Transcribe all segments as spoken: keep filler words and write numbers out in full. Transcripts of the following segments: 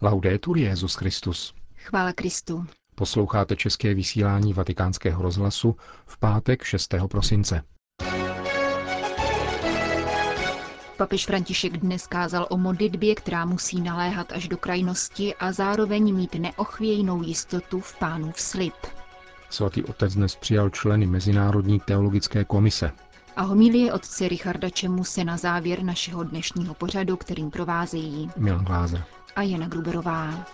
Laudetur Jesus Christus. Chvála Kristu. Posloucháte české vysílání Vatikánského rozhlasu v pátek šestého prosince. Papež František dnes kázal o modlitbě, která musí naléhat až do krajnosti a zároveň mít neochvějnou jistotu v Pánův slib. Svatý otec dnes přijal členy Mezinárodní teologické komise. A homilie otce Richarda Čemuse na závěr našeho dnešního pořadu, kterým provázejí Milan Glázer a Jana Gruberová.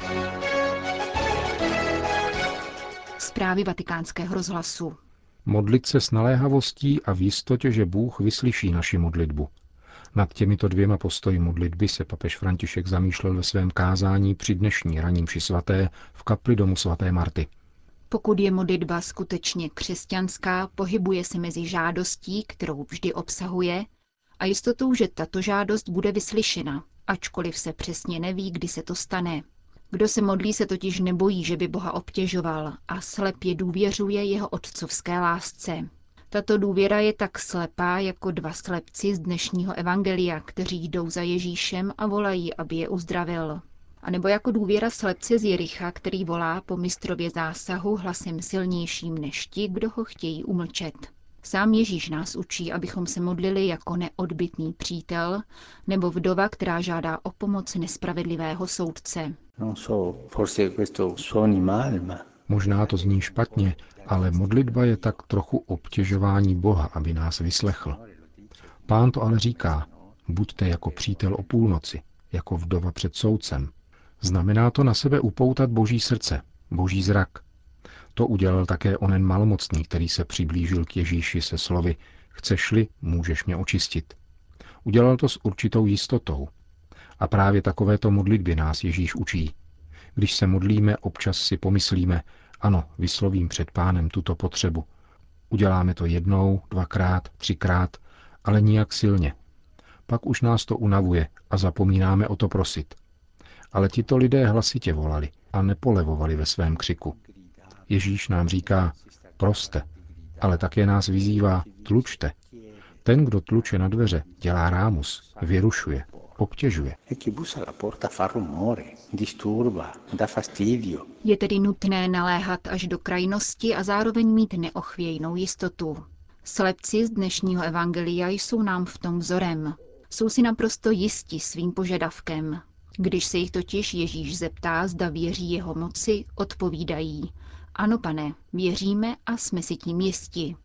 Zprávy Vatikánského rozhlasu. Modlit se s naléhavostí a v jistotě, že Bůh vyslyší naši modlitbu. Nad těmito dvěma postoji modlitby se papež František zamýšlel ve svém kázání při dnešní ranní mši svaté v kapli domu svaté Marty. Pokud je modlitba skutečně křesťanská, pohybuje se mezi žádostí, kterou vždy obsahuje, a jistotou, že tato žádost bude vyslyšena, ačkoliv se přesně neví, kdy se to stane. Kdo se modlí, se totiž nebojí, že by Boha obtěžoval a slepě důvěřuje jeho otcovské lásce. Tato důvěra je tak slepá jako dva slepci z dnešního evangelia, kteří jdou za Ježíšem a volají, aby je uzdravil. A nebo jako důvěra slepce z Jericha, který volá po mistrově zásahu hlasem silnějším než ti, kdo ho chtějí umlčet. Sám Ježíš nás učí, abychom se modlili jako neodbytný přítel nebo vdova, která žádá o pomoc nespravedlivého soudce. Možná to zní špatně, ale modlitba je tak trochu obtěžování Boha, aby nás vyslechl. Pán to ale říká, buďte jako přítel o půlnoci, jako vdova před soudcem. Znamená to na sebe upoutat Boží srdce, Boží zrak. To udělal také onen malomocný, který se přiblížil k Ježíši se slovy chceš-li, můžeš mě očistit. Udělal to s určitou jistotou. A právě takovéto modlitby nás Ježíš učí. Když se modlíme, občas si pomyslíme, ano, vyslovím před Pánem tuto potřebu. Uděláme to jednou, dvakrát, třikrát, ale nijak silně. Pak už nás to unavuje a zapomínáme o to prosit. Ale tito lidé hlasitě volali a nepolevovali ve svém křiku. Ježíš nám říká, proste, ale také nás vyzývá, tlučte. Ten, kdo tluče na dveře, dělá rámus, vyrušuje, obtěžuje. Je tedy nutné naléhat až do krajnosti a zároveň mít neochvějnou jistotu. Slepci z dnešního evangelia jsou nám v tom vzorem. Jsou si naprosto jisti svým požadavkem. Když se jich totiž Ježíš zeptá, zda věří jeho moci, odpovídají: ano, pane, věříme a jsme si tím jisti.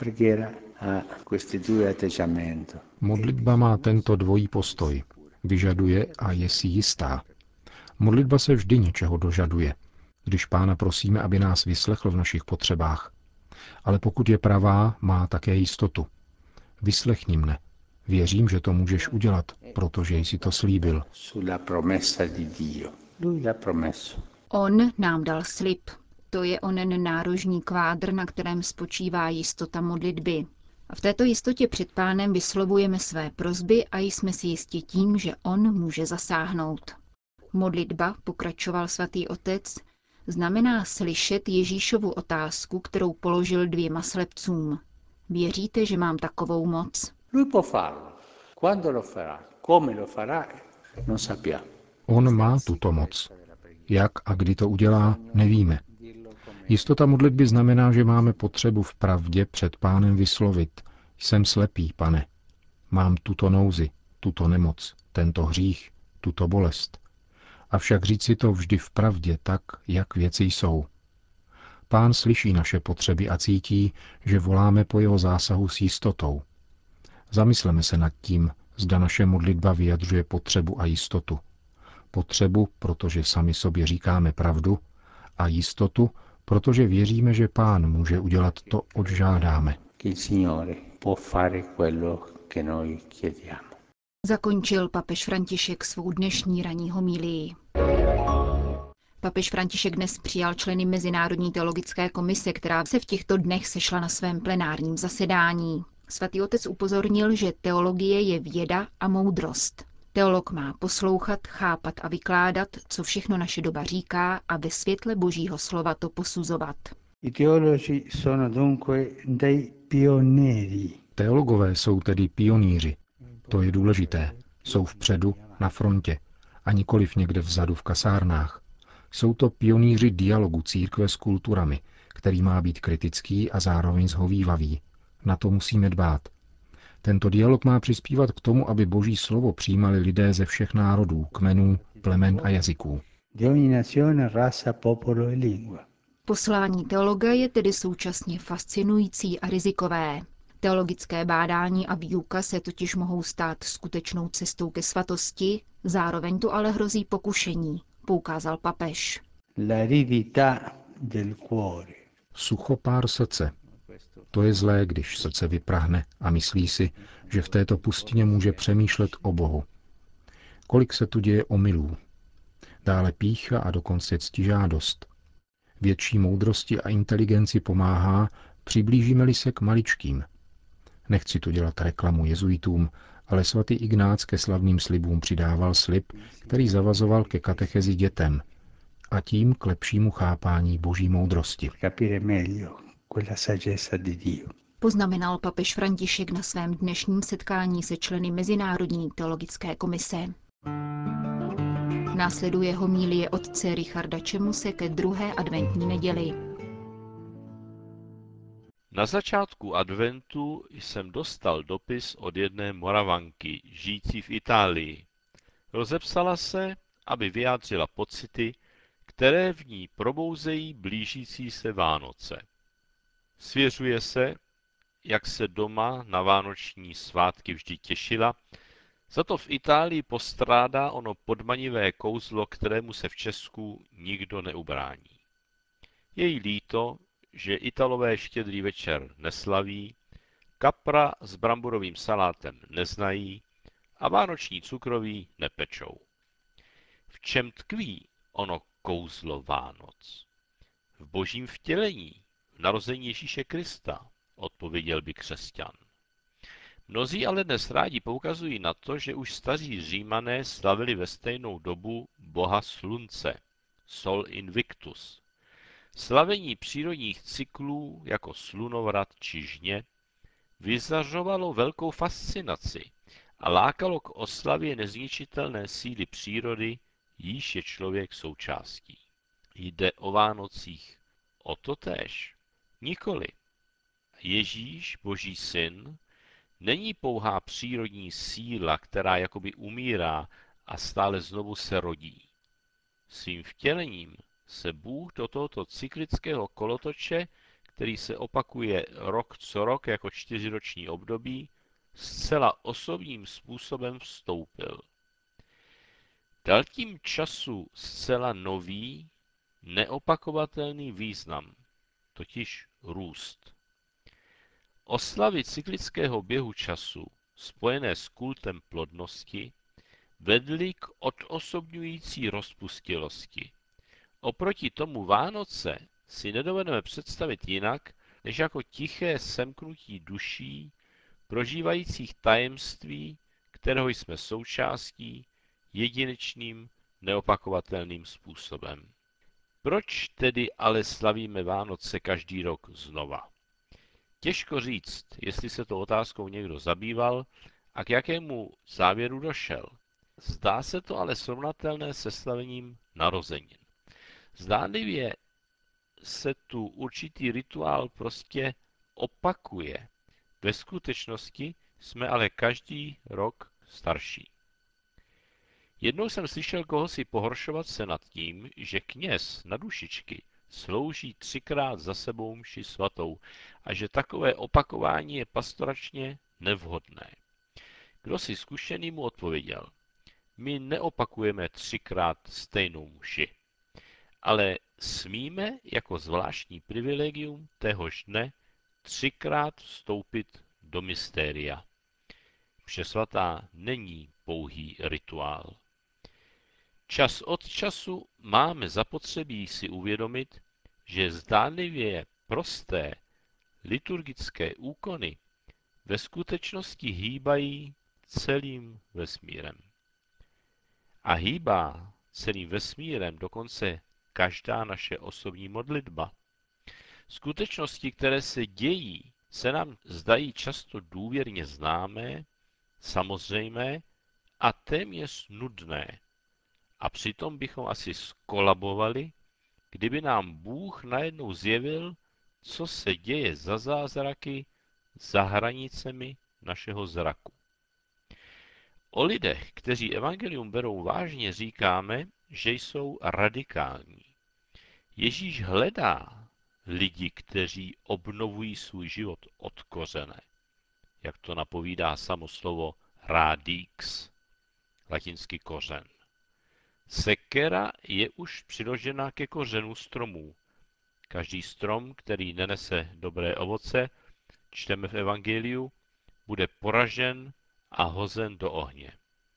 Modlitba má tento dvojí postoj. Vyžaduje a je si jistá. Modlitba se vždy něčeho dožaduje, když Pána prosíme, aby nás vyslechl v našich potřebách. Ale pokud je pravá, má také jistotu. Vyslechni mne. Věřím, že to můžeš udělat, protože jsi to slíbil. On nám dal slib. To je onen nárožní kvádr, na kterém spočívá jistota modlitby. A v této jistotě před Pánem vyslovujeme své prosby a jsme si jistí tím, že on může zasáhnout. Modlitba, pokračoval svatý otec, znamená slyšet Ježíšovu otázku, kterou položil dvěma slepcům. Věříte, že mám takovou moc? On má tuto moc. Jak a kdy to udělá, nevíme. Jistota modlitby znamená, že máme potřebu v pravdě před Pánem vyslovit. Jsem slepý, Pane. Mám tuto nouzi, tuto nemoc, tento hřích, tuto bolest. Avšak říci to vždy v pravdě tak, jak věci jsou. Pán slyší naše potřeby a cítí, že voláme po jeho zásahu s jistotou. Zamysleme se nad tím, zda naše modlitba vyjadřuje potřebu a jistotu. Potřebu, protože sami sobě říkáme pravdu, a jistotu, protože věříme, že Pán může udělat to, oč žádáme. Zakončil papež František svou dnešní ranní homilii. Papež František dnes přijal členy Mezinárodní teologické komise, která se v těchto dnech sešla na svém plenárním zasedání. Svatý otec upozornil, že teologie je věda a moudrost. Teolog má poslouchat, chápat a vykládat, co všechno naše doba říká, a ve světle Božího slova to posuzovat. Teologové jsou tedy pionýři. To je důležité. Jsou vpředu, na frontě a nikoliv někde vzadu v kasárnách. Jsou to pionýři dialogu církve s kulturami, který má být kritický a zároveň zhovívavý. Na to musíme dbát. Tento dialog má přispívat k tomu, aby Boží slovo přijímali lidé ze všech národů, kmenů, plemen a jazyků. Poslání teologa je tedy současně fascinující a rizikové. Teologické bádání a výuka se totiž mohou stát skutečnou cestou ke svatosti, zároveň tu ale hrozí pokušení, poukázal papež. Suchopár srdce. To je zlé, když srdce vyprahne a myslí si, že v této pustině může přemýšlet o Bohu. Kolik se tu děje omylů. Dále pýcha a dokonce ctižádost. Větší moudrosti a inteligenci pomáhá, přiblížíme-li se k maličkým. Nechci tu dělat reklamu jezuitům, ale svatý Ignác ke slavným slibům přidával slib, který zavazoval ke katechezi dětem a tím k lepšímu chápání boží moudrosti. Poznamenal papež František na svém dnešním setkání se členy Mezinárodní teologické komise. Následuje homilie otce Richarda Čemuse ke druhé adventní neděli. Na začátku adventu jsem dostal dopis od jedné Moravanky, žijící v Itálii. Rozepsala se, aby vyjádřila pocity, které v ní probouzejí blížící se Vánoce. Svěřuje se, jak se doma na vánoční svátky vždy těšila, za to v Itálii postrádá ono podmanivé kouzlo, kterému se v Česku nikdo neubrání. Je jí líto, že Italové štědrý večer neslaví, kapra s bramborovým salátem neznají a vánoční cukroví nepečou. V čem tkví ono kouzlo Vánoc? V božím vtělení, v narození Ježíše Krista, odpověděl by křesťan. Mnozí ale dnes rádi poukazují na to, že už staří Římané slavili ve stejnou dobu boha slunce, Sol Invictus. Slavení přírodních cyklů jako slunovrat či žně vyzařovalo velkou fascinaci a lákalo k oslavě nezničitelné síly přírody, jíž je člověk součástí. Jde o Vánocích o totéž? Nikoli. Ježíš, Boží syn, není pouhá přírodní síla, která jakoby umírá a stále znovu se rodí. Svým vtělením se Bůh do tohoto cyklického kolotoče, který se opakuje rok co rok jako čtyřiroční období, zcela osobním způsobem vstoupil. Dal tím času zcela nový, neopakovatelný význam, totiž růst. Oslavy cyklického běhu času, spojené s kultem plodnosti, vedly k odosobňující rozpustilosti. Oproti tomu Vánoce si nedovedeme představit jinak, než jako tiché semknutí duší, prožívajících tajemství, kterého jsme součástí, jedinečným, neopakovatelným způsobem. Proč tedy ale slavíme Vánoce každý rok znova? Těžko říct, jestli se to otázkou někdo zabýval a k jakému závěru došel. Zdá se to ale srovnatelné se slavením narozenin. Zdánlivě se tu určitý rituál prostě opakuje. Ve skutečnosti jsme ale každý rok starší. Jednou jsem slyšel kohosi pohoršovat se nad tím, že kněz na dušičky slouží třikrát za sebou mši svatou a že takové opakování je pastoračně nevhodné. Kdo si zkušený mu odpověděl: my neopakujeme třikrát stejnou mši, ale smíme jako zvláštní privilegium téhož dne třikrát vstoupit do mystéria. Mše svatá není pouhý rituál. Čas od času máme zapotřebí si uvědomit, že zdánlivě prosté liturgické úkony ve skutečnosti hýbají celým vesmírem. A hýbá celým vesmírem dokonce každá naše osobní modlitba. Skutečnosti, které se dějí, se nám zdají často důvěrně známé, samozřejmé a téměř nudné. A přitom bychom asi skolabovali, kdyby nám Bůh najednou zjevil, co se děje za zázraky za hranicemi našeho zraku. O lidech, kteří evangelium berou vážně, říkáme, že jsou radikální. Ježíš hledá lidi, kteří obnovují svůj život od kořene, jak to napovídá samo slovo radix, latinsky kořen. Sekera je už přiložena ke kořenu stromů. Každý strom, který nenese dobré ovoce, čteme v evangeliu, bude poražen a hozen do ohně.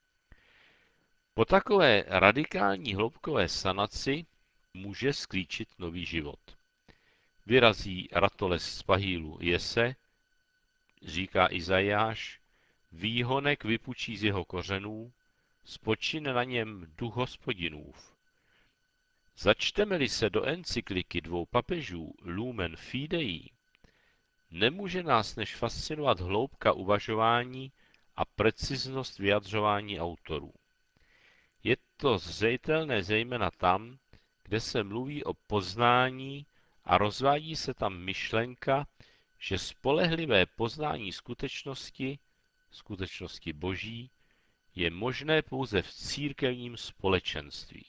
Po takové radikální hloubkové sanaci může sklíčit nový život. Vyrazí ratolest z pahýlu jese, říká Izajáš, výhonek vypučí z jeho kořenů, spočine na něm duch Hospodinův. Začteme-li se do encykliky dvou papežů Lumen Fidei, nemůže nás než fascinovat hloubka uvažování a preciznost vyjadřování autorů. Je to zřetelné zejména tam, kde se mluví o poznání a rozvádí se tam myšlenka, že spolehlivé poznání skutečnosti, skutečnosti Boží, je možné pouze v církevním společenství.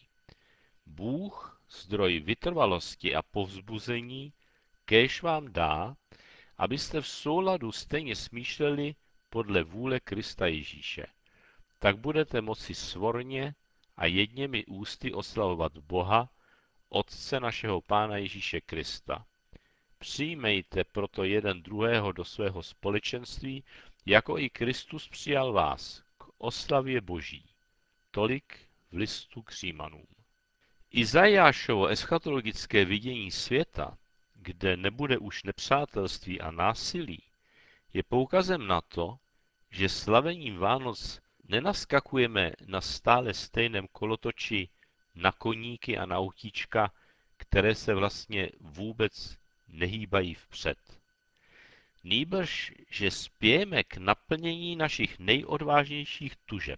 Bůh, zdroj vytrvalosti a povzbuzení, kéž vám dá, abyste v souladu stejně smýšleli podle vůle Krista Ježíše. Tak budete moci svorně a jedněmi ústy oslavovat Boha, Otce našeho Pána Ježíše Krista. Přijmejte proto jeden druhého do svého společenství, jako i Kristus přijal vás k oslavě Boží. Tolik v listu k Římanům. Izajášovo eschatologické vidění světa, kde nebude už nepřátelství a násilí, je poukazem na to, že slavením Vánoc nenaskakujeme na stále stejném kolotoči na koníky a na autíčka, které se vlastně vůbec nehýbají vpřed. Nýbrž, že spějeme k naplnění našich nejodvážnějších tužeb.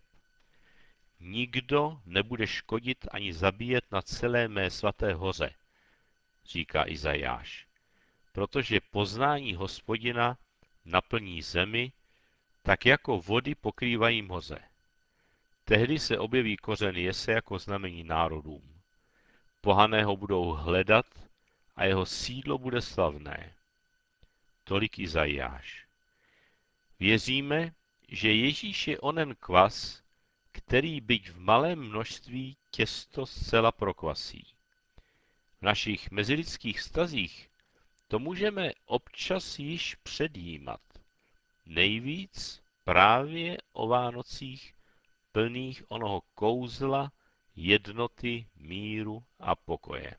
Nikdo nebude škodit ani zabíjet na celé mé svaté hoře, říká Izajáš, protože poznání Hospodina naplní zemi, tak jako vody pokrývají moře. Tehdy se objeví kořen jese jako znamení národům. Pohané ho budou hledat a jeho sídlo bude slavné. Tolik Izajáš. Věříme, že Ježíš je onen kvas, který byť v malém množství těsto zcela prokvasí. V našich mezilidských vztazích to můžeme občas již předjímat. Nejvíc právě o Vánocích plných onoho kouzla, jednoty, míru a pokoje.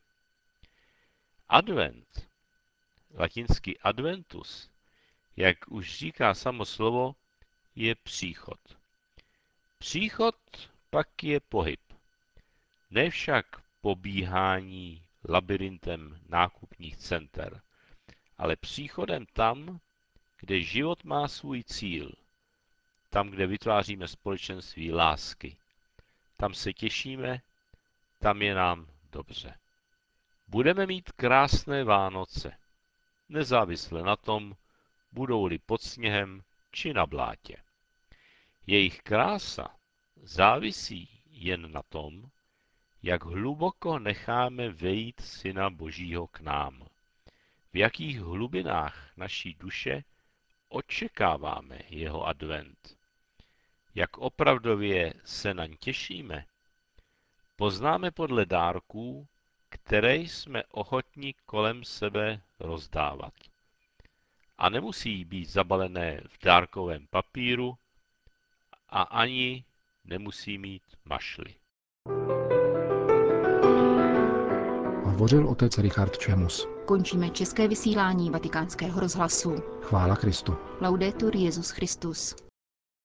Advent, latinsky adventus, jak už říká samo slovo, je příchod. Příchod pak je pohyb. Ne však pobíhání labirintem nákupních center, ale příchodem tam, kde život má svůj cíl, tam, kde vytváříme společenství lásky. Tam se těšíme, tam je nám dobře. Budeme mít krásné Vánoce, nezávisle na tom, budou-li pod sněhem či na blátě. Jejich krása závisí jen na tom, jak hluboko necháme vejít Syna Božího k nám. V jakých hlubinách naší duše očekáváme jeho advent. Jak opravdově se na ně těšíme, poznáme podle dárků, které jsme ochotni kolem sebe rozdávat. A nemusí být zabalené v dárkovém papíru a ani nemusí mít mašly. Hovořil otec Richard Čemus. Končíme české vysílání Vatikánského rozhlasu. Chvála Kristu. Laudetur Jesus Christus.